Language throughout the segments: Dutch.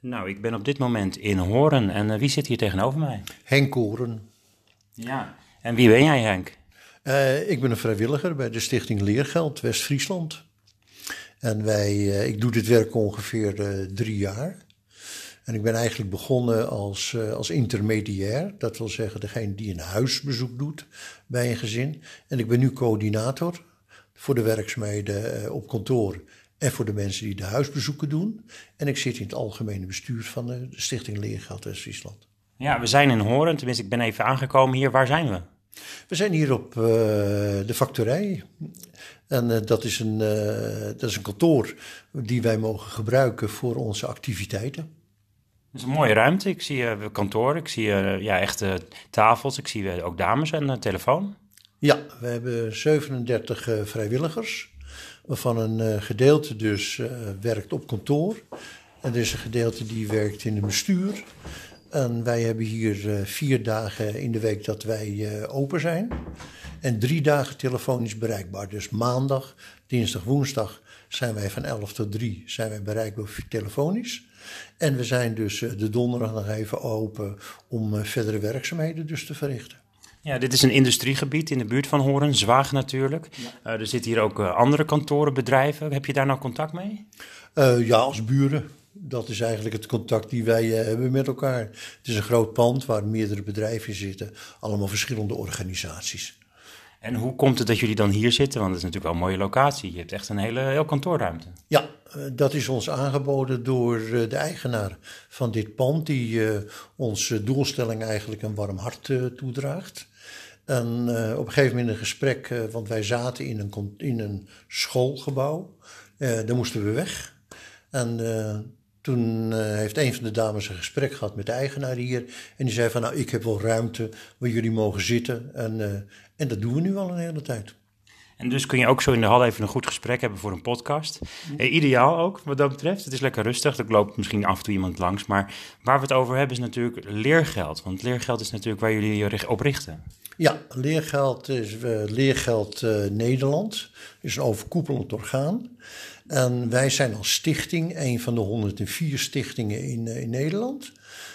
Nou, ik ben op dit moment in Hoorn en wie zit hier tegenover mij? Henk Koren. Ja. En wie ben jij, Henk? Ik ben een vrijwilliger bij de Stichting Leergeld West-Friesland. En ik doe dit werk ongeveer 3 jaar. En ik ben eigenlijk begonnen als intermediair. Dat wil zeggen degene die een huisbezoek doet bij een gezin. En ik ben nu coördinator voor de werkzaamheden op kantoor en voor de mensen die de huisbezoeken doen. En ik zit in het algemene bestuur van de Stichting Leergeld West-Friesland. Ja, we zijn in Hoorn, tenminste ik ben even aangekomen hier. Waar zijn we? We zijn hier op de factorij. En dat is een kantoor die wij mogen gebruiken voor onze activiteiten. Het is een mooie ruimte. Ik zie kantoor, ik zie echte tafels, ik zie ook dames en een telefoon. Ja, we hebben 37 vrijwilligers, waarvan een gedeelte dus werkt op kantoor. En er is een gedeelte die werkt in het bestuur. En wij hebben hier 4 dagen in de week dat wij open zijn. En 3 dagen telefonisch bereikbaar. Dus maandag, dinsdag, woensdag zijn wij van 11 tot 3 zijn wij bereikbaar telefonisch. En we zijn dus de donderdag nog even open om verdere werkzaamheden dus te verrichten. Ja, dit is een industriegebied in de buurt van Hoorn, Zwaag natuurlijk. Ja. Er zitten hier ook andere kantoren, bedrijven. Heb je daar nou contact mee? Ja, als buren. Dat is eigenlijk het contact die wij hebben met elkaar. Het is een groot pand waar meerdere bedrijven in zitten. Allemaal verschillende organisaties. En hoe komt het dat jullie dan hier zitten? Want het is natuurlijk wel een mooie locatie. Je hebt echt een heel kantoorruimte. Ja, dat is ons aangeboden door de eigenaar van dit pand. Die onze doelstelling eigenlijk een warm hart toedraagt. En op een gegeven moment een gesprek, want wij zaten in een schoolgebouw. Daar moesten we weg. En toen heeft een van de dames een gesprek gehad met de eigenaar hier. En die zei van, nou, ik heb wel ruimte waar jullie mogen zitten. En dat doen we nu al een hele tijd. En dus kun je ook zo in de hal even een goed gesprek hebben voor een podcast. Ideaal ook, wat dat betreft. Het is lekker rustig, er loopt misschien af en toe iemand langs. Maar waar we het over hebben is natuurlijk leergeld. Want leergeld is natuurlijk waar jullie je op richten. Ja, leergeld is Leergeld Nederland. Is een overkoepelend orgaan. En wij zijn als stichting, een van de 104 stichtingen in Nederland,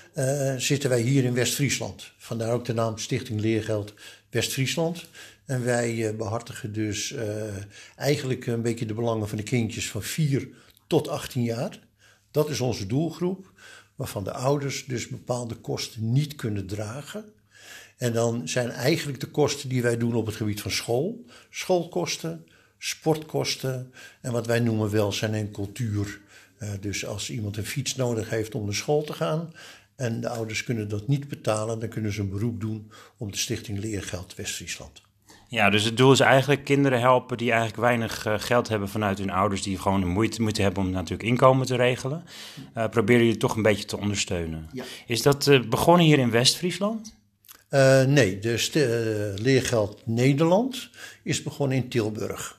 zitten wij hier in West-Friesland. Vandaar ook de naam Stichting Leergeld West-Friesland. En wij behartigen dus eigenlijk een beetje de belangen van de kindjes van 4 tot 18 jaar. Dat is onze doelgroep, waarvan de ouders dus bepaalde kosten niet kunnen dragen. En dan zijn eigenlijk de kosten die wij doen op het gebied van school, schoolkosten, sportkosten en wat wij noemen welzijn en cultuur. Dus als iemand een fiets nodig heeft om naar school te gaan en de ouders kunnen dat niet betalen, dan kunnen ze een beroep doen op de Stichting Leergeld West-Friesland. Ja, dus het doel is eigenlijk kinderen helpen die eigenlijk weinig geld hebben vanuit hun ouders, die gewoon moeite hebben om natuurlijk inkomen te regelen. Proberen jullie toch een beetje te ondersteunen. Ja. Is dat begonnen hier in West-Friesland? Nee, de Leergeld Nederland is begonnen in Tilburg.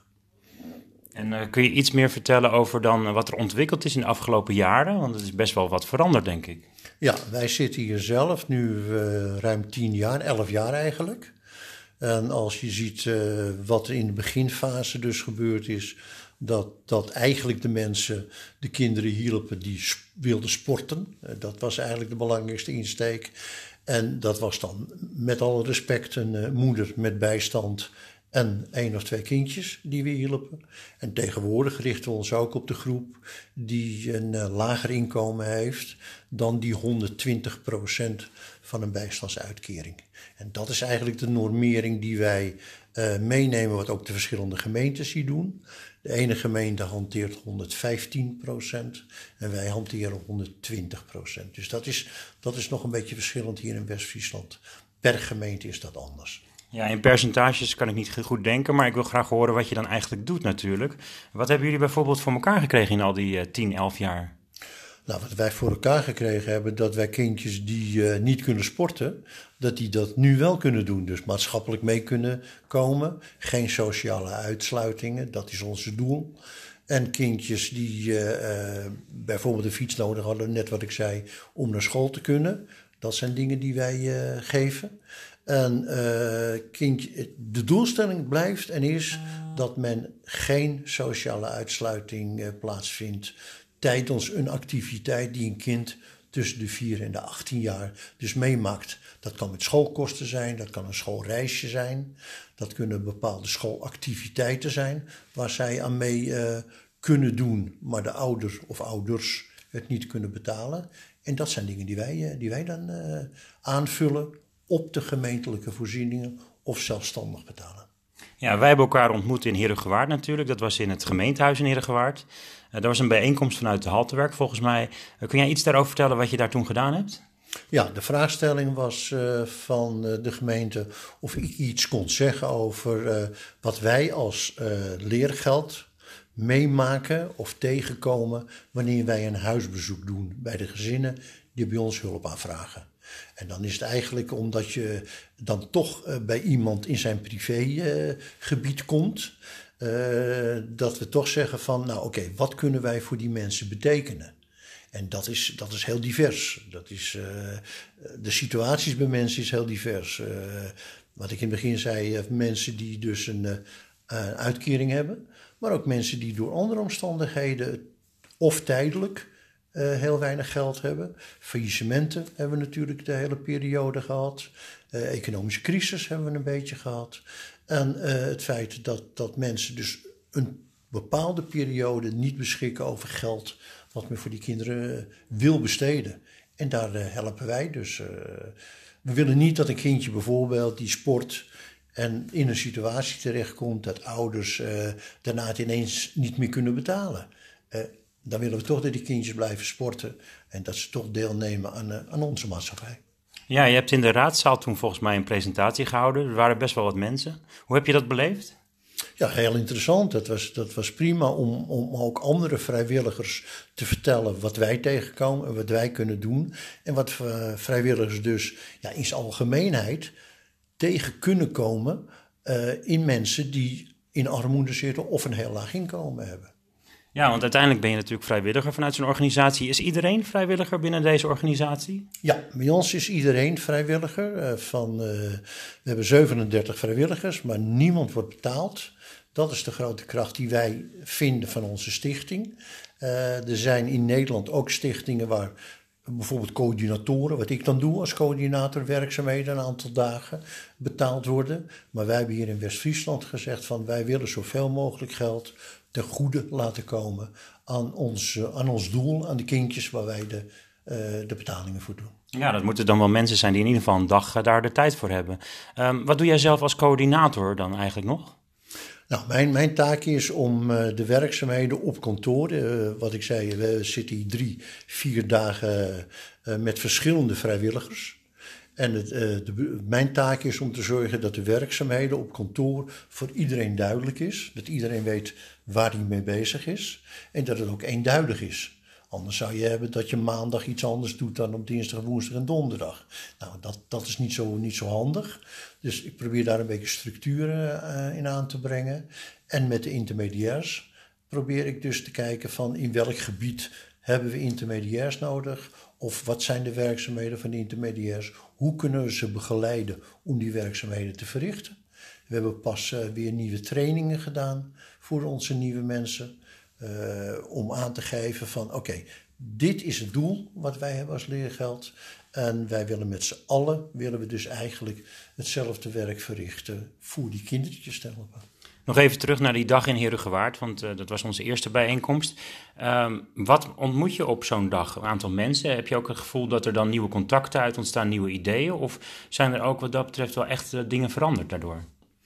En kun je iets meer vertellen over dan wat er ontwikkeld is in de afgelopen jaren? Want het is best wel wat veranderd, denk ik. Ja, wij zitten hier zelf nu ruim 10 jaar, 11 jaar eigenlijk. En als je ziet wat er in de beginfase dus gebeurd is, dat eigenlijk de mensen de kinderen hielpen die wilden sporten. Dat was eigenlijk de belangrijkste insteek. En dat was dan met alle respect een moeder met bijstand en 1 of 2 kindjes die we hielpen. En tegenwoordig richten we ons ook op de groep die een lager inkomen heeft dan die 120% van een bijstandsuitkering. En dat is eigenlijk de normering die wij meenemen, wat ook de verschillende gemeentes hier doen. De ene gemeente hanteert 115% en wij hanteren 120%. Dus dat is nog een beetje verschillend hier in West-Friesland. Per gemeente is dat anders. Ja, in percentages kan ik niet goed denken, maar ik wil graag horen wat je dan eigenlijk doet natuurlijk. Wat hebben jullie bijvoorbeeld voor elkaar gekregen in al die 10, 11 jaar? Nou, wat wij voor elkaar gekregen hebben, dat wij kindjes die niet kunnen sporten, dat die dat nu wel kunnen doen. Dus maatschappelijk mee kunnen komen. Geen sociale uitsluitingen, dat is ons doel. En kindjes die bijvoorbeeld een fiets nodig hadden, net wat ik zei, om naar school te kunnen. Dat zijn dingen die wij geven. En de doelstelling blijft en is dat men geen sociale uitsluiting plaatsvindt tijdens een activiteit die een kind tussen de 4 en de 18 jaar dus meemaakt. Dat kan met schoolkosten zijn, dat kan een schoolreisje zijn. Dat kunnen bepaalde schoolactiviteiten zijn waar zij aan mee kunnen doen, maar de ouder of ouders het niet kunnen betalen. En dat zijn dingen die wij dan aanvullen op de gemeentelijke voorzieningen of zelfstandig betalen. Ja, wij hebben elkaar ontmoet in Heerhugowaard natuurlijk. Dat was in het gemeentehuis in Heerhugowaard. Er was een bijeenkomst vanuit de Haltewerk volgens mij. Kun jij iets daarover vertellen wat je daar toen gedaan hebt? Ja, de vraagstelling was van de gemeente of ik iets kon zeggen over wat wij als leergeld meemaken of tegenkomen wanneer wij een huisbezoek doen bij de gezinnen die bij ons hulp aanvragen. En dan is het eigenlijk omdat je dan toch bij iemand in zijn privégebied komt, dat we toch zeggen van, nou oké, wat kunnen wij voor die mensen betekenen? En dat is heel divers. De situaties bij mensen is heel divers. Wat ik in het begin zei, mensen die dus een uitkering hebben, maar ook mensen die door andere omstandigheden of tijdelijk heel weinig geld hebben. Faillissementen hebben we natuurlijk de hele periode gehad. Economische crisis hebben we een beetje gehad. En het feit dat mensen dus een bepaalde periode niet beschikken over geld wat men voor die kinderen wil besteden. En daar helpen wij dus. We willen niet dat een kindje bijvoorbeeld die sport en in een situatie terechtkomt dat ouders daarna het ineens niet meer kunnen betalen. Dan willen we toch dat die kindjes blijven sporten en dat ze toch deelnemen aan onze maatschappij. Ja, je hebt in de raadzaal toen volgens mij een presentatie gehouden. Er waren best wel wat mensen. Hoe heb je dat beleefd? Ja, heel interessant. Dat was prima om ook andere vrijwilligers te vertellen wat wij tegenkomen en wat wij kunnen doen. En wat vrijwilligers dus in zijn algemeenheid tegen kunnen komen in mensen die in armoede zitten of een heel laag inkomen hebben. Ja, want uiteindelijk ben je natuurlijk vrijwilliger vanuit zo'n organisatie. Is iedereen vrijwilliger binnen deze organisatie? Ja, bij ons is iedereen vrijwilliger. We hebben 37 vrijwilligers, maar niemand wordt betaald. Dat is de grote kracht die wij vinden van onze stichting. Er zijn in Nederland ook stichtingen waar bijvoorbeeld coördinatoren, wat ik dan doe als coördinator werkzaamheden, een aantal dagen betaald worden. Maar wij hebben hier in West-Friesland gezegd van wij willen zoveel mogelijk geld ten goede laten komen aan ons doel, aan de kindjes waar wij de betalingen voor doen. Ja, dat moeten dan wel mensen zijn die in ieder geval een dag daar de tijd voor hebben. Wat doe jij zelf als coördinator dan eigenlijk nog? Nou, mijn taak is om de werkzaamheden op kantoor, wat ik zei, we zitten hier 3-4 dagen met verschillende vrijwilligers. En mijn taak is om te zorgen dat de werkzaamheden op kantoor voor iedereen duidelijk is. Dat iedereen weet waar hij mee bezig is en dat het ook eenduidig is. Anders zou je hebben dat je maandag iets anders doet dan op dinsdag, woensdag en donderdag. Nou, dat is niet zo handig. Dus ik probeer daar een beetje structuur in aan te brengen. En met de intermediairs probeer ik dus te kijken van in welk gebied hebben we intermediairs nodig? Of wat zijn de werkzaamheden van de intermediairs? Hoe kunnen we ze begeleiden om die werkzaamheden te verrichten? We hebben pas weer nieuwe trainingen gedaan voor onze nieuwe mensen. Om aan te geven van oké, dit is het doel wat wij hebben als leergeld. En wij willen met z'n allen, dus eigenlijk hetzelfde werk verrichten voor die kindertjes te helpen. Nog even terug naar die dag in Heerhugowaard, want dat was onze eerste bijeenkomst. Wat ontmoet je op zo'n dag? Een aantal mensen? Heb je ook het gevoel dat er dan nieuwe contacten uit ontstaan, nieuwe ideeën? Of zijn er ook wat dat betreft wel echt dingen veranderd daardoor?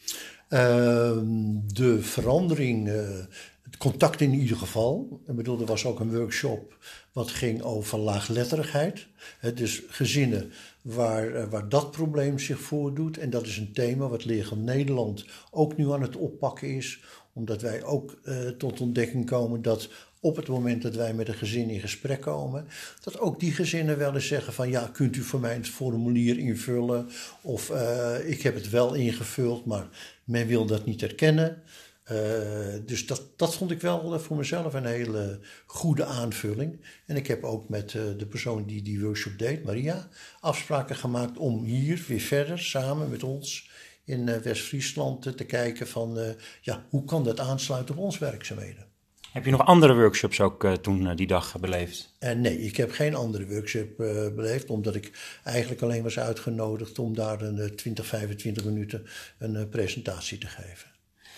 De verandering, het contact in ieder geval. Ik bedoel, er was ook een workshop wat ging over laagletterigheid. Dus gezinnen waar dat probleem zich voordoet. En dat is een thema wat Leergeld Nederland ook nu aan het oppakken is. Omdat wij ook tot ontdekking komen dat op het moment dat wij met een gezin in gesprek komen, dat ook die gezinnen wel eens zeggen van ja, kunt u voor mij het formulier invullen? Of ik heb het wel ingevuld, maar men wil dat niet erkennen. Dus dat vond ik wel voor mezelf een hele goede aanvulling. En ik heb ook met de persoon die die workshop deed, Maria, afspraken gemaakt om hier weer verder samen met ons in West-Friesland te kijken van hoe kan dat aansluiten op onze werkzaamheden. Heb je nog andere workshops ook toen die dag beleefd? Nee, ik heb geen andere workshop beleefd, omdat ik eigenlijk alleen was uitgenodigd om daar 20, 25 minuten een presentatie te geven.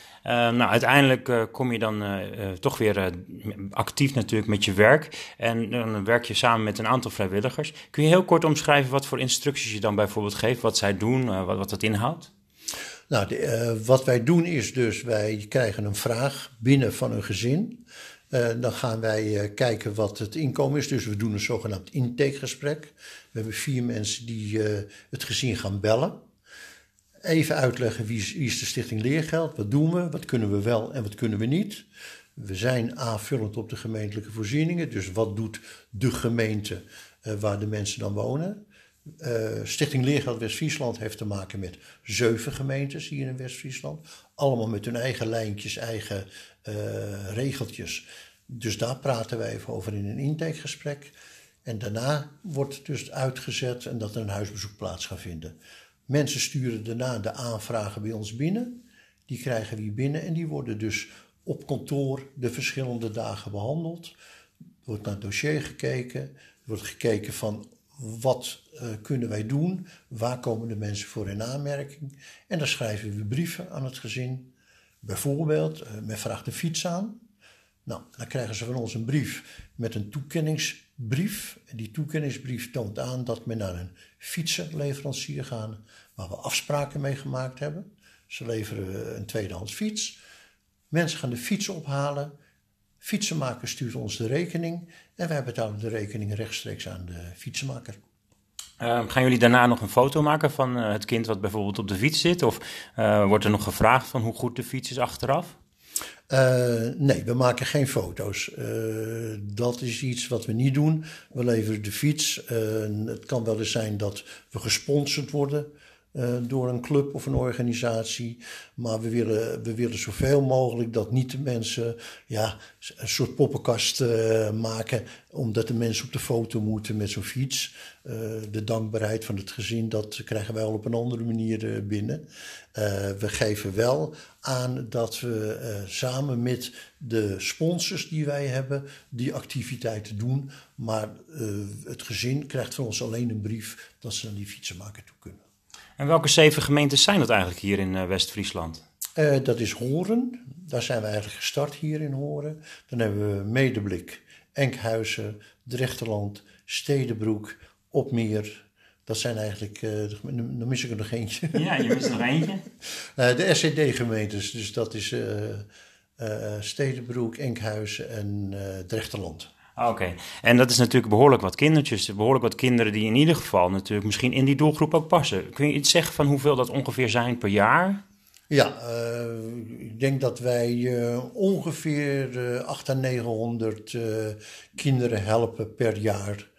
Uiteindelijk kom je dan toch weer actief natuurlijk met je werk. En dan werk je samen met een aantal vrijwilligers. Kun je heel kort omschrijven wat voor instructies je dan bijvoorbeeld geeft, wat zij doen, wat dat inhoudt? Nou, wat wij doen is dus, wij krijgen een vraag binnen van een gezin. Dan gaan wij kijken wat het inkomen is. Dus we doen een zogenaamd intakegesprek. We hebben 4 mensen die het gezin gaan bellen. Even uitleggen wie is de Stichting Leergeld, wat doen we, wat kunnen we wel en wat kunnen we niet. We zijn aanvullend op de gemeentelijke voorzieningen, dus wat doet de gemeente waar de mensen dan wonen. Stichting Leergeld West-Friesland heeft te maken met 7 gemeentes hier in West-Friesland. Allemaal met hun eigen lijntjes, eigen regeltjes. Dus daar praten wij even over in een intakegesprek. En daarna wordt dus uitgezet en dat er een huisbezoek plaats gaat vinden. Mensen sturen daarna de aanvragen bij ons binnen. Die krijgen we hier binnen en die worden dus op kantoor de verschillende dagen behandeld. Er wordt naar het dossier gekeken. Er wordt gekeken van wat kunnen wij doen? Waar komen de mensen voor in aanmerking? En dan schrijven we brieven aan het gezin. Bijvoorbeeld, men vraagt een fiets aan. Nou, dan krijgen ze van ons een brief met een toekenningsbrief. En die toekenningsbrief toont aan dat men naar een fietsenleverancier gaat, waar we afspraken mee gemaakt hebben. Ze leveren een tweedehands fiets. Mensen gaan de fiets ophalen. Fietsenmaker stuurt ons de rekening. En wij betalen de rekening rechtstreeks aan de fietsenmaker. Gaan jullie daarna nog een foto maken van het kind wat bijvoorbeeld op de fiets zit? Of wordt er nog gevraagd van hoe goed de fiets is achteraf? Nee, we maken geen foto's. Dat is iets wat we niet doen. We leveren de fiets. Het kan wel eens zijn dat we gesponsord worden door een club of een organisatie. Maar we willen zoveel mogelijk dat niet de mensen een soort poppenkast maken, omdat de mensen op de foto moeten met zo'n fiets. De dankbaarheid van het gezin, dat krijgen wij al op een andere manier binnen. We geven wel aan dat we samen met de sponsors die wij hebben, die activiteiten doen. Maar het gezin krijgt van ons alleen een brief dat ze naar die fietsenmaker toe kunnen. En welke 7 gemeentes zijn dat eigenlijk hier in West-Friesland? Dat is Horen. Daar zijn we eigenlijk gestart hier in Horen. Dan hebben we Medeblik, Enkhuizen, Drechterland, Stedenbroek, Opmeer. Dat zijn eigenlijk, dan mis ik er nog eentje. Ja, je mist er nog eentje. De SCD-gemeentes, dus dat is Stedenbroek, Enkhuizen en Drechterland. Oké, en dat is natuurlijk behoorlijk wat kindertjes, behoorlijk wat kinderen die in ieder geval natuurlijk misschien in die doelgroep ook passen. Kun je iets zeggen van hoeveel dat ongeveer zijn per jaar? Ja, ik denk dat wij ongeveer 800 à 900 kinderen helpen per jaar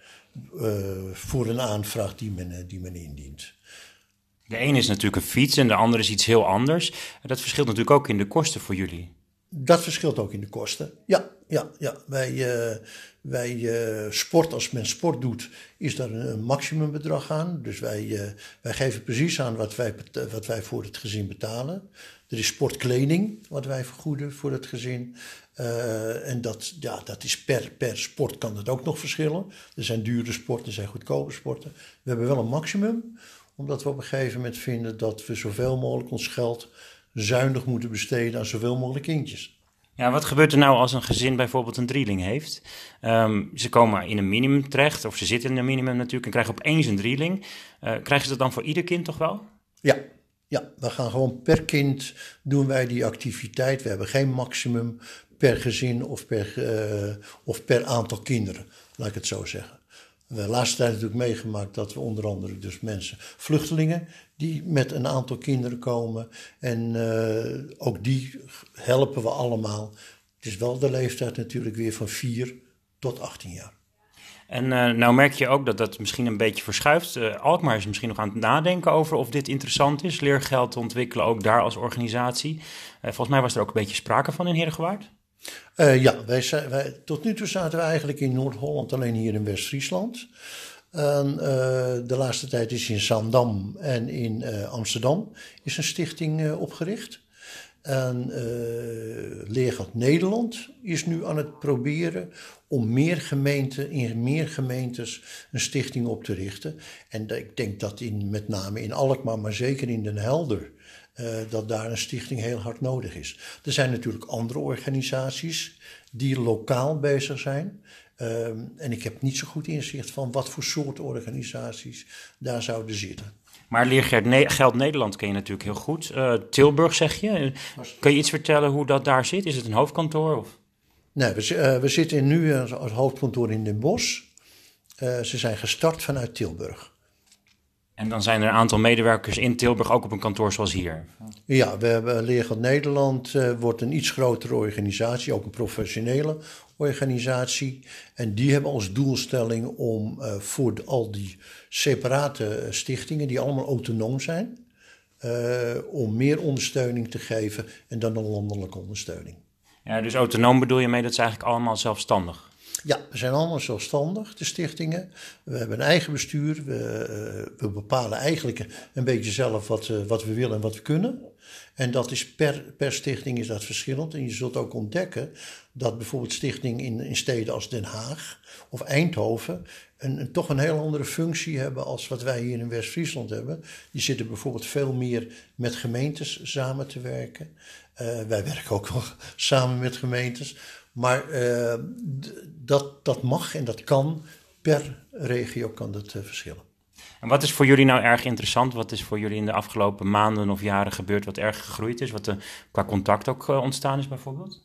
voor een aanvraag die men indient. De ene is natuurlijk een fiets en de andere is iets heel anders. Dat verschilt natuurlijk ook in de kosten voor jullie. Dat verschilt ook in de kosten. Ja. Wij sport, als men sport doet, is daar een maximumbedrag aan. Dus wij geven precies aan wat wij voor het gezin betalen. Er is sportkleding, wat wij vergoeden voor het gezin. En dat is per sport kan dat ook nog verschillen. Er zijn dure sporten, er zijn goedkope sporten. We hebben wel een maximum, omdat we op een gegeven moment vinden dat we zoveel mogelijk ons geld zuinig moeten besteden aan zoveel mogelijk kindjes. Ja, wat gebeurt er nou als een gezin bijvoorbeeld een drieling heeft? Ze komen in een minimum terecht, of ze zitten in een minimum natuurlijk, en krijgen opeens een drieling. Krijgen ze dat dan voor ieder kind toch wel? Ja, we gaan gewoon per kind doen wij die activiteit. We hebben geen maximum per gezin of per aantal kinderen, laat ik het zo zeggen. We hebben de laatste tijd natuurlijk meegemaakt dat we onder andere dus vluchtelingen die met een aantal kinderen komen. En ook die helpen we allemaal. Het is wel de leeftijd natuurlijk weer van 4 tot 18 jaar. En nou merk je ook dat dat misschien een beetje verschuift. Alkmaar is misschien nog aan het nadenken over of dit interessant is. Leergeld te ontwikkelen, ook daar als organisatie. Volgens mij was er ook een beetje sprake van in Heerdegewaard. Wij tot nu toe zaten we eigenlijk in Noord-Holland, alleen hier in West-Friesland. De laatste tijd is in Zaandam en in Amsterdam is een stichting opgericht. En Leergeld Nederland is nu aan het proberen om in meer gemeentes een stichting op te richten. En ik denk dat met name in Alkmaar, maar zeker in Den Helder, dat daar een stichting heel hard nodig is. Er zijn natuurlijk andere organisaties die lokaal bezig zijn. En ik heb niet zo goed inzicht van wat voor soort organisaties daar zouden zitten. Maar Leergeld Nederland ken je natuurlijk heel goed. Tilburg zeg je. Kun je iets vertellen hoe dat daar zit? Is het een hoofdkantoor? Of? Nee, we zitten nu als hoofdkantoor in Den Bosch. Ze zijn gestart vanuit Tilburg. En dan zijn er een aantal medewerkers in Tilburg ook op een kantoor zoals hier? Ja, we hebben Leergeld Nederland wordt een iets grotere organisatie, ook een professionele organisatie. En die hebben als doelstelling om voor al die separate stichtingen, die allemaal autonoom zijn, om meer ondersteuning te geven en dan een landelijke ondersteuning. Ja, dus autonoom bedoel je mee dat ze eigenlijk allemaal zelfstandig? Ja, we zijn allemaal zelfstandig, de stichtingen. We hebben een eigen bestuur. We bepalen eigenlijk een beetje zelf wat we willen en wat we kunnen. En dat is per stichting is dat verschillend. En je zult ook ontdekken dat bijvoorbeeld stichtingen in steden als Den Haag of Eindhoven toch een heel andere functie hebben als wat wij hier in West-Friesland hebben. Die zitten bijvoorbeeld veel meer met gemeentes samen te werken. Wij werken ook wel samen met gemeentes. Maar dat mag en dat kan. Per regio kan dat verschillen. En wat is voor jullie nou erg interessant? Wat is voor jullie in de afgelopen maanden of jaren gebeurd wat erg gegroeid is? Wat qua contact ook ontstaan is bijvoorbeeld?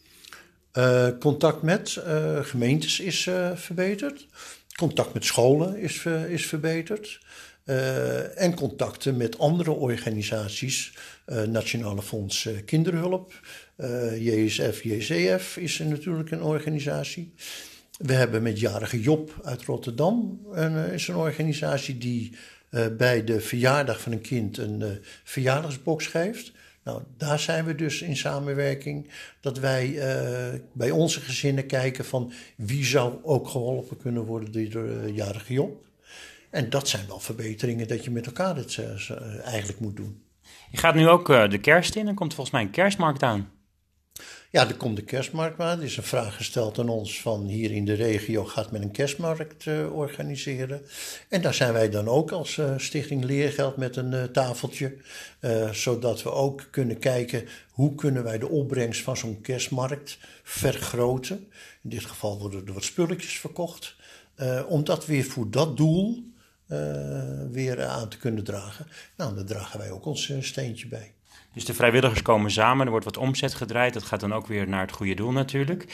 Contact met gemeentes is verbeterd. Contact met scholen is verbeterd. En contacten met andere organisaties. Nationale Fonds Kinderhulp. JSF, JCF is natuurlijk een organisatie. We hebben met Jarige Job uit Rotterdam is een organisatie die bij de verjaardag van een kind een verjaardagsbox geeft. Nou, daar zijn we dus in samenwerking dat wij bij onze gezinnen kijken van wie zou ook geholpen kunnen worden door Jarige Job. En dat zijn wel verbeteringen dat je met elkaar het eigenlijk moet doen. Je gaat nu ook de kerst in en komt volgens mij een kerstmarkt aan. Ja, er komt de kerstmarkt aan. Er is een vraag gesteld aan ons van hier in de regio gaat men een kerstmarkt organiseren. En daar zijn wij dan ook als Stichting Leergeld met een tafeltje. Zodat we ook kunnen kijken hoe kunnen wij de opbrengst van zo'n kerstmarkt vergroten. In dit geval worden er wat spulletjes verkocht. Om dat weer voor dat doel weer aan te kunnen dragen. Nou, daar dragen wij ook ons steentje bij. Dus de vrijwilligers komen samen, er wordt wat omzet gedraaid. Dat gaat dan ook weer naar het goede doel natuurlijk.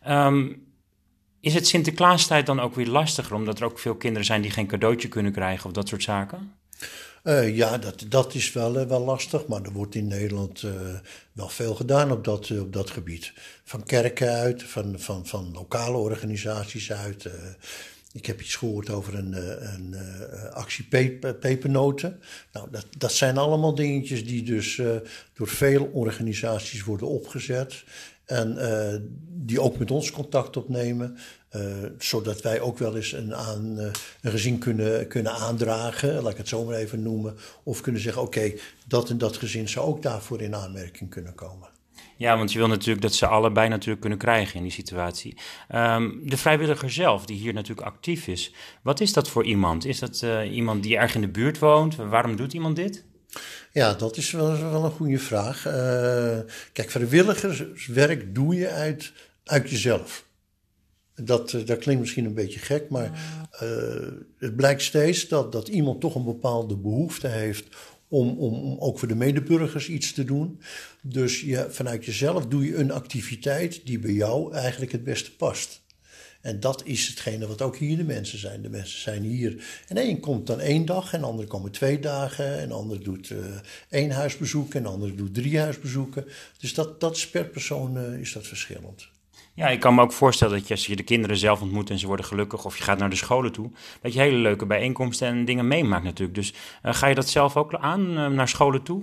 Is het Sinterklaastijd dan ook weer lastiger, omdat er ook veel kinderen zijn die geen cadeautje kunnen krijgen of dat soort zaken? Ja, dat is wel lastig, maar er wordt in Nederland wel veel gedaan op dat gebied. Van kerken uit, van lokale organisaties uit. Ik heb iets gehoord over een actie pepernoten. Nou, dat zijn allemaal dingetjes die dus door veel organisaties worden opgezet. En die ook met ons contact opnemen. Zodat wij ook wel eens een gezin kunnen aandragen. Laat ik het zo maar even noemen. Of kunnen zeggen, oké, dat en dat gezin zou ook daarvoor in aanmerking kunnen komen. Ja, want je wil natuurlijk dat ze allebei natuurlijk kunnen krijgen in die situatie. De vrijwilliger zelf, die hier natuurlijk actief is. Wat is dat voor iemand? Is dat iemand die erg in de buurt woont? Waarom doet iemand dit? Ja, dat is wel een goede vraag. Kijk, vrijwilligerswerk doe je uit jezelf. Dat klinkt misschien een beetje gek, maar het blijkt steeds dat iemand toch een bepaalde behoefte heeft om ook voor de medeburgers iets te doen. Dus vanuit jezelf doe je een activiteit die bij jou eigenlijk het beste past. En dat is hetgene wat ook hier de mensen zijn. De mensen zijn hier. En één komt dan 1 dag en de ander komen 2 dagen. En de ander doet 1 huisbezoek en de ander doet 3 huisbezoeken. Dus dat is per persoon is dat verschillend. Ja, ik kan me ook voorstellen dat als je de kinderen zelf ontmoet en ze worden gelukkig of je gaat naar de scholen toe, dat je hele leuke bijeenkomsten en dingen meemaakt natuurlijk. Dus ga je dat zelf ook aan naar scholen toe?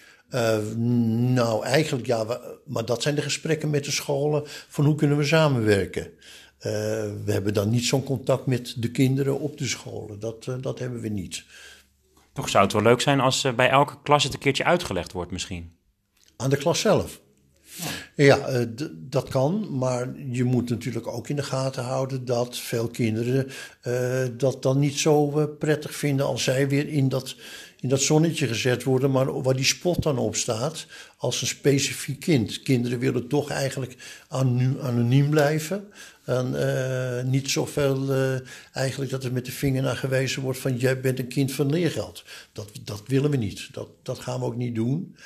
Nou, eigenlijk ja, maar dat zijn de gesprekken met de scholen van hoe kunnen we samenwerken. We hebben dan niet zo'n contact met de kinderen op de scholen. Dat hebben we niet. Toch zou het wel leuk zijn als bij elke klas het een keertje uitgelegd wordt misschien. Aan de klas zelf. Ja, dat kan, maar je moet natuurlijk ook in de gaten houden dat veel kinderen dat dan niet zo prettig vinden als zij weer in dat zonnetje gezet worden, maar waar die spot dan op staat als een specifiek kind. Kinderen willen toch eigenlijk anoniem blijven. En niet zoveel eigenlijk dat er met de vinger naar gewezen wordt van jij bent een kind van leergeld. Dat willen we niet. Dat gaan we ook niet doen.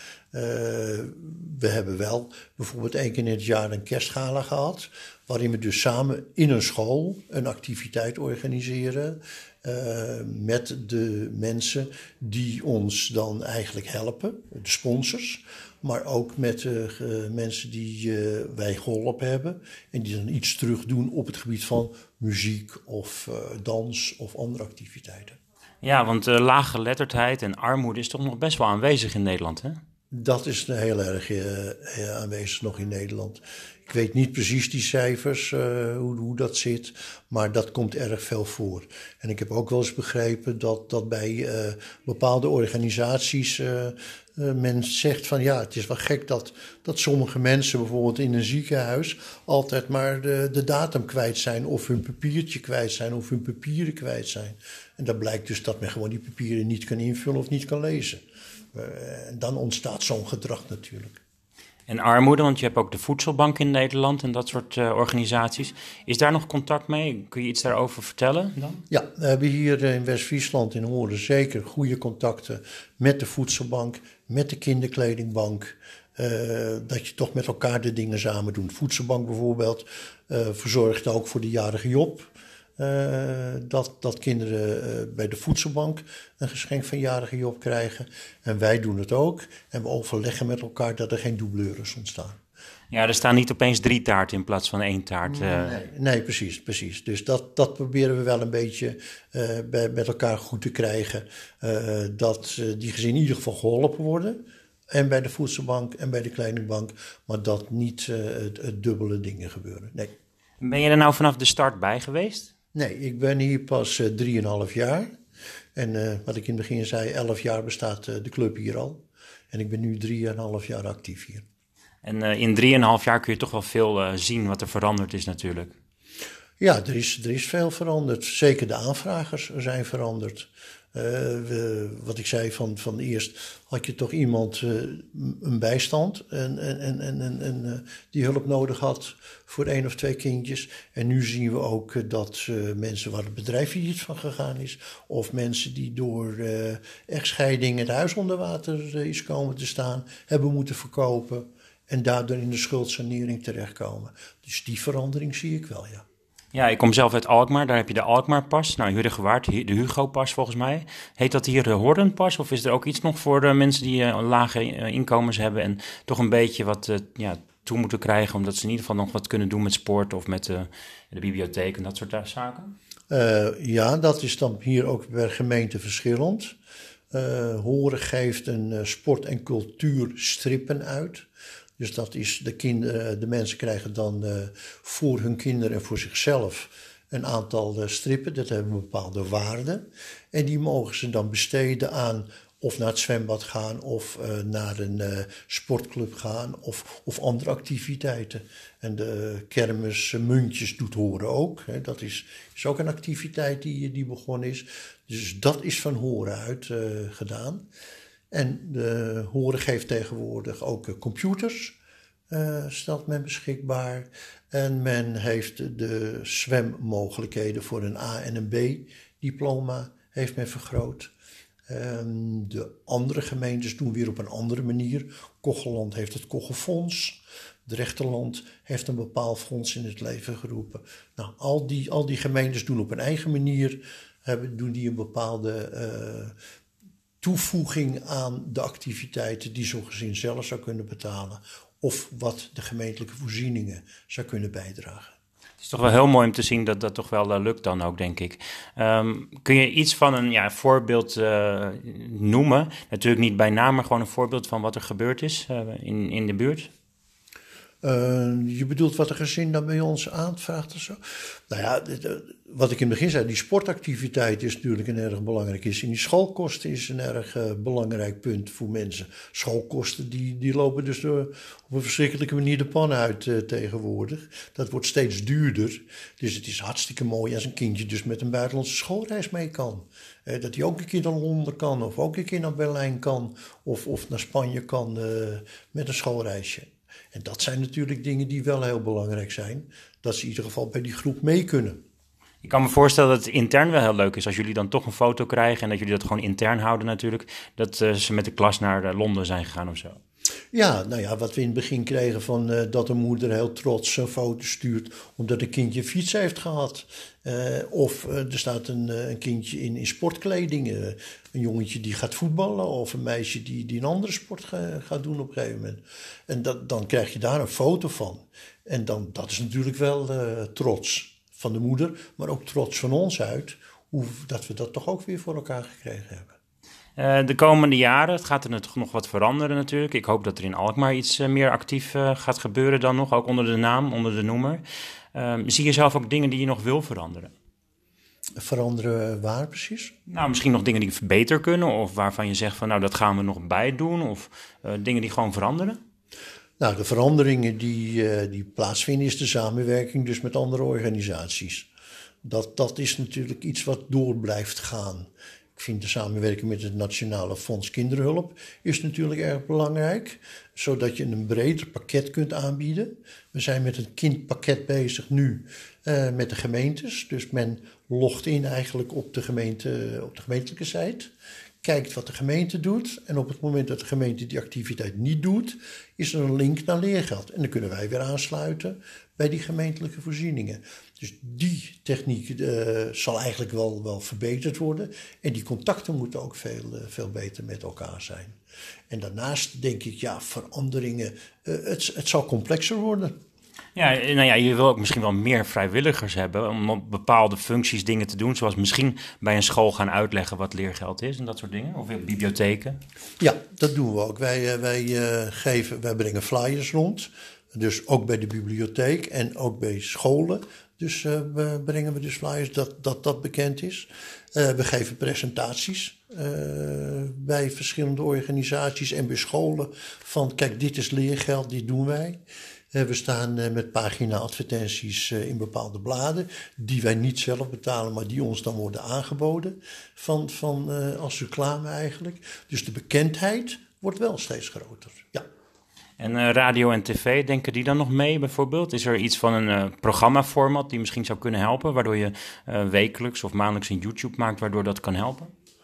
We hebben wel bijvoorbeeld 1 keer in het jaar een kerstgala gehad, waarin we dus samen in een school een activiteit organiseren met de mensen die ons dan eigenlijk helpen, de sponsors, maar ook met de mensen die wij geholpen hebben en die dan iets terug doen op het gebied van muziek of dans of andere activiteiten. Ja, want laaggeletterdheid en armoede is toch nog best wel aanwezig in Nederland, hè? Dat is heel erg aanwezig nog in Nederland. Ik weet niet precies die cijfers, hoe dat zit, maar dat komt erg veel voor. En ik heb ook wel eens begrepen dat bij bepaalde organisaties men zegt van ja, het is wel gek dat sommige mensen bijvoorbeeld in een ziekenhuis altijd maar de datum kwijt zijn of hun papiertje kwijt zijn of hun papieren kwijt zijn. En dan blijkt dus dat men gewoon die papieren niet kan invullen of niet kan lezen. En dan ontstaat zo'n gedrag natuurlijk. En armoede, want je hebt ook de Voedselbank in Nederland en dat soort organisaties. Is daar nog contact mee? Kun je iets daarover vertellen dan? Ja, we hebben hier in West-Friesland in Hoorn zeker goede contacten met de Voedselbank, met de kinderkledingbank. Dat je toch met elkaar de dingen samen doet. De Voedselbank bijvoorbeeld verzorgt ook voor de jarige Job. Dat kinderen bij de Voedselbank een geschenk van jarige Job krijgen. En wij doen het ook. En we overleggen met elkaar dat er geen doubleurs ontstaan. Ja, er staan niet opeens 3 taarten in plaats van 1 taart. Nee, precies. Dus dat proberen we wel een beetje met elkaar goed te krijgen. Dat die gezinnen in ieder geval geholpen worden. En bij de Voedselbank en bij de kledingbank. Maar dat niet het dubbele dingen gebeuren. Nee. Ben je er nou vanaf de start bij geweest? Nee, ik ben hier pas 3,5 jaar. En wat ik in het begin zei, 11 jaar bestaat de club hier al. En ik ben nu 3,5 jaar actief hier. En in 3,5 jaar kun je toch wel veel zien wat er veranderd is natuurlijk. Ja, er is veel veranderd. Zeker de aanvragers zijn veranderd. Wat ik zei van eerst had je toch iemand een bijstand en die hulp nodig had voor 1 of 2 kindjes. En nu zien we ook dat mensen waar het bedrijf iets van gegaan is, of mensen die door echtscheiding het huis onder water is komen te staan, hebben moeten verkopen en daardoor in de schuldsanering terechtkomen. Dus die verandering zie ik wel, ja. Ja, ik kom zelf uit Alkmaar, daar heb je de Alkmaarpas. Nou, Hurrigewaard, de Hugo-pas volgens mij. Heet dat hier de Hoornpas of is er ook iets nog voor de mensen die lage inkomens hebben en toch een beetje wat toe moeten krijgen, omdat ze in ieder geval nog wat kunnen doen met sport of met de bibliotheek en dat soort zaken? Ja, dat is dan hier ook per gemeente verschillend. Horen geeft een sport- en cultuurstrippen uit. Dus dat is de mensen krijgen dan voor hun kinderen en voor zichzelf een aantal strippen. Dat hebben een bepaalde waarde. En die mogen ze dan besteden aan of naar het zwembad gaan of naar een sportclub gaan of andere activiteiten. En de kermis muntjes doet Horen ook. Hè. Dat is ook een activiteit die begonnen is. Dus dat is van Horen uit gedaan. En de Horen geeft tegenwoordig ook computers, stelt men beschikbaar. En men heeft de zwemmogelijkheden voor een A- en een B-diploma heeft men vergroot. De andere gemeentes doen weer op een andere manier. Kocheland heeft het Kochelfonds. Drechterland heeft een bepaald fonds in het leven geroepen. Nou, al die gemeentes doen op een eigen manier, doen die een bepaalde toevoeging aan de activiteiten die zo'n gezin zelf zou kunnen betalen. Of wat de gemeentelijke voorzieningen zou kunnen bijdragen. Het is toch wel heel mooi om te zien dat dat toch wel lukt dan ook, denk ik. Kun je iets van een voorbeeld noemen? Natuurlijk niet bij naam, maar gewoon een voorbeeld van wat er gebeurd is in de buurt. Je bedoelt wat een gezin dan bij ons aanvraagt of zo? Nou ja, wat ik in het begin zei, die sportactiviteit is natuurlijk een erg belangrijk is. En die schoolkosten is een erg belangrijk punt voor mensen. Schoolkosten die lopen dus op een verschrikkelijke manier de pan uit tegenwoordig. Dat wordt steeds duurder. Dus het is hartstikke mooi als een kindje dus met een buitenlandse schoolreis mee kan. Dat hij ook een keer naar Londen kan of ook een keer naar Berlijn kan of naar Spanje kan met een schoolreisje. En dat zijn natuurlijk dingen die wel heel belangrijk zijn. Dat ze in ieder geval bij die groep mee kunnen. Ik kan me voorstellen dat het intern wel heel leuk is als jullie dan toch een foto krijgen en dat jullie dat gewoon intern houden natuurlijk. Dat ze met de klas naar Londen zijn gegaan of zo. Ja, nou ja, wat we in het begin kregen van dat een moeder heel trots een foto stuurt omdat een kindje een fiets heeft gehad. Of er staat een kindje in sportkleding, een jongetje die gaat voetballen of een meisje die een andere sport gaat doen op een gegeven moment. En dan krijg je daar een foto van. En dat is natuurlijk wel trots van de moeder, maar ook trots van ons uit, dat we dat toch ook weer voor elkaar gekregen hebben. De komende jaren, het gaat er nog wat veranderen natuurlijk. Ik hoop dat er in Alkmaar iets meer actief gaat gebeuren dan nog, ook onder de naam, onder de noemer. Zie je zelf ook dingen die je nog wil veranderen? Veranderen waar precies? Nou, misschien nog dingen die beter kunnen of waarvan je zegt van nou dat gaan we nog bij doen of dingen die gewoon veranderen? Nou, de veranderingen die plaatsvinden is de samenwerking dus met andere organisaties. Dat is natuurlijk iets wat door blijft gaan. Ik vind de samenwerking met het Nationale Fonds Kinderhulp is natuurlijk erg belangrijk, zodat je een breder pakket kunt aanbieden. We zijn met een kindpakket bezig nu met de gemeentes. Dus men logt in eigenlijk op de gemeentelijke site, kijkt wat de gemeente doet en op het moment dat de gemeente die activiteit niet doet, is er een link naar leergeld. En dan kunnen wij weer aansluiten bij die gemeentelijke voorzieningen. Dus die techniek zal eigenlijk wel verbeterd worden. En die contacten moeten ook veel beter met elkaar zijn. En daarnaast denk ik, ja, veranderingen, het zal complexer worden. Ja, nou ja, je wil ook misschien wel meer vrijwilligers hebben om op bepaalde functies dingen te doen. Zoals misschien bij een school gaan uitleggen wat leergeld is en dat soort dingen. Of in bibliotheken. Ja, dat doen we ook. Wij brengen flyers rond. Dus ook bij de bibliotheek en ook bij scholen. Dus brengen we dus flyers dat bekend is. We geven presentaties bij verschillende organisaties en bij scholen. Van kijk, dit is leergeld, dit doen wij. We staan met pagina-advertenties in bepaalde bladen. Die wij niet zelf betalen, maar die ons dan worden aangeboden. Als reclame eigenlijk. Dus de bekendheid wordt wel steeds groter, ja. En radio en tv, denken die dan nog mee bijvoorbeeld? Is er iets van een programmaformat die misschien zou kunnen helpen, waardoor je wekelijks of maandelijks een YouTube maakt, waardoor dat kan helpen?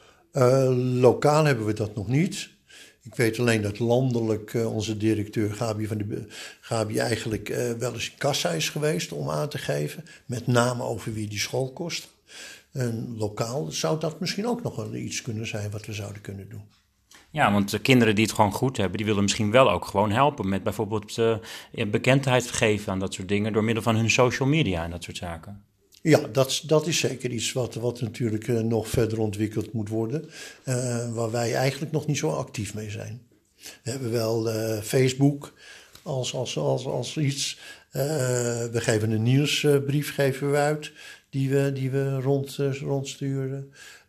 Lokaal hebben we dat nog niet. Ik weet alleen dat landelijk onze directeur Gabi eigenlijk wel eens in kassa is geweest om aan te geven, met name over wie die school kost. En lokaal zou dat misschien ook nog wel iets kunnen zijn wat we zouden kunnen doen. Ja, want de kinderen die het gewoon goed hebben, die willen misschien wel ook gewoon helpen met bijvoorbeeld bekendheid geven aan dat soort dingen door middel van hun social media en dat soort zaken. Ja, dat is zeker iets wat natuurlijk nog verder ontwikkeld moet worden, waar wij eigenlijk nog niet zo actief mee zijn. We hebben wel Facebook als iets. We geven een nieuwsbrief uit die we rondsturen.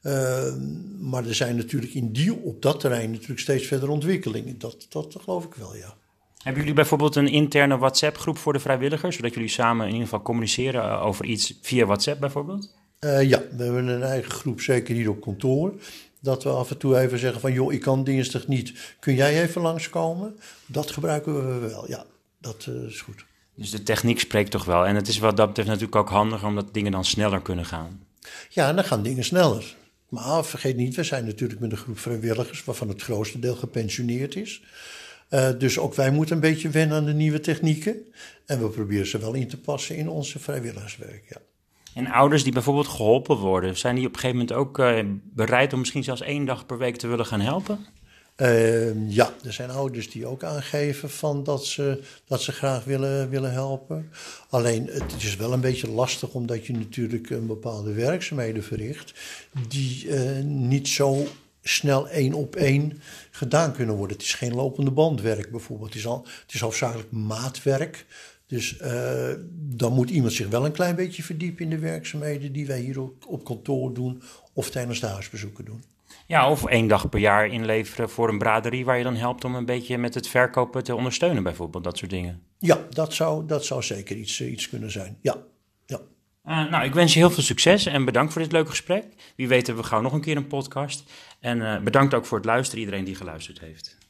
Maar er zijn natuurlijk op dat terrein natuurlijk steeds verder ontwikkelingen. Dat geloof ik wel, ja. Hebben jullie bijvoorbeeld een interne WhatsApp-groep voor de vrijwilligers, zodat jullie samen in ieder geval communiceren over iets via WhatsApp bijvoorbeeld? Ja, we hebben een eigen groep, zeker hier op kantoor. Dat we af en toe even zeggen van, joh, ik kan dinsdag niet. Kun jij even langskomen? Dat gebruiken we wel, ja. Dat is goed. Dus de techniek spreekt toch wel. En het is wat dat betreft natuurlijk ook handiger, omdat dingen dan sneller kunnen gaan. Ja, dan gaan dingen sneller. Maar vergeet niet, we zijn natuurlijk met een groep vrijwilligers, waarvan het grootste deel gepensioneerd is. Dus ook wij moeten een beetje wennen aan de nieuwe technieken. En we proberen ze wel in te passen in onze vrijwilligerswerk, ja. En ouders die bijvoorbeeld geholpen worden, zijn die op een gegeven moment ook bereid om misschien zelfs 1 dag per week te willen gaan helpen? Ja, er zijn ouders die ook aangeven van dat ze graag willen helpen. Alleen het is wel een beetje lastig omdat je natuurlijk een bepaalde werkzaamheden verricht die niet zo snel 1-op-1 gedaan kunnen worden. Het is geen lopende bandwerk bijvoorbeeld. Het is hoofdzakelijk maatwerk. Dus dan moet iemand zich wel een klein beetje verdiepen in de werkzaamheden die wij hier op kantoor doen of tijdens de huisbezoeken doen. Ja, of 1 dag per jaar inleveren voor een braderie waar je dan helpt om een beetje met het verkopen te ondersteunen bijvoorbeeld, dat soort dingen. Ja, dat zou zeker iets kunnen zijn, ja. Nou, ik wens je heel veel succes en bedankt voor dit leuke gesprek. Wie weet hebben we gauw nog een keer een podcast. En bedankt ook voor het luisteren, iedereen die geluisterd heeft.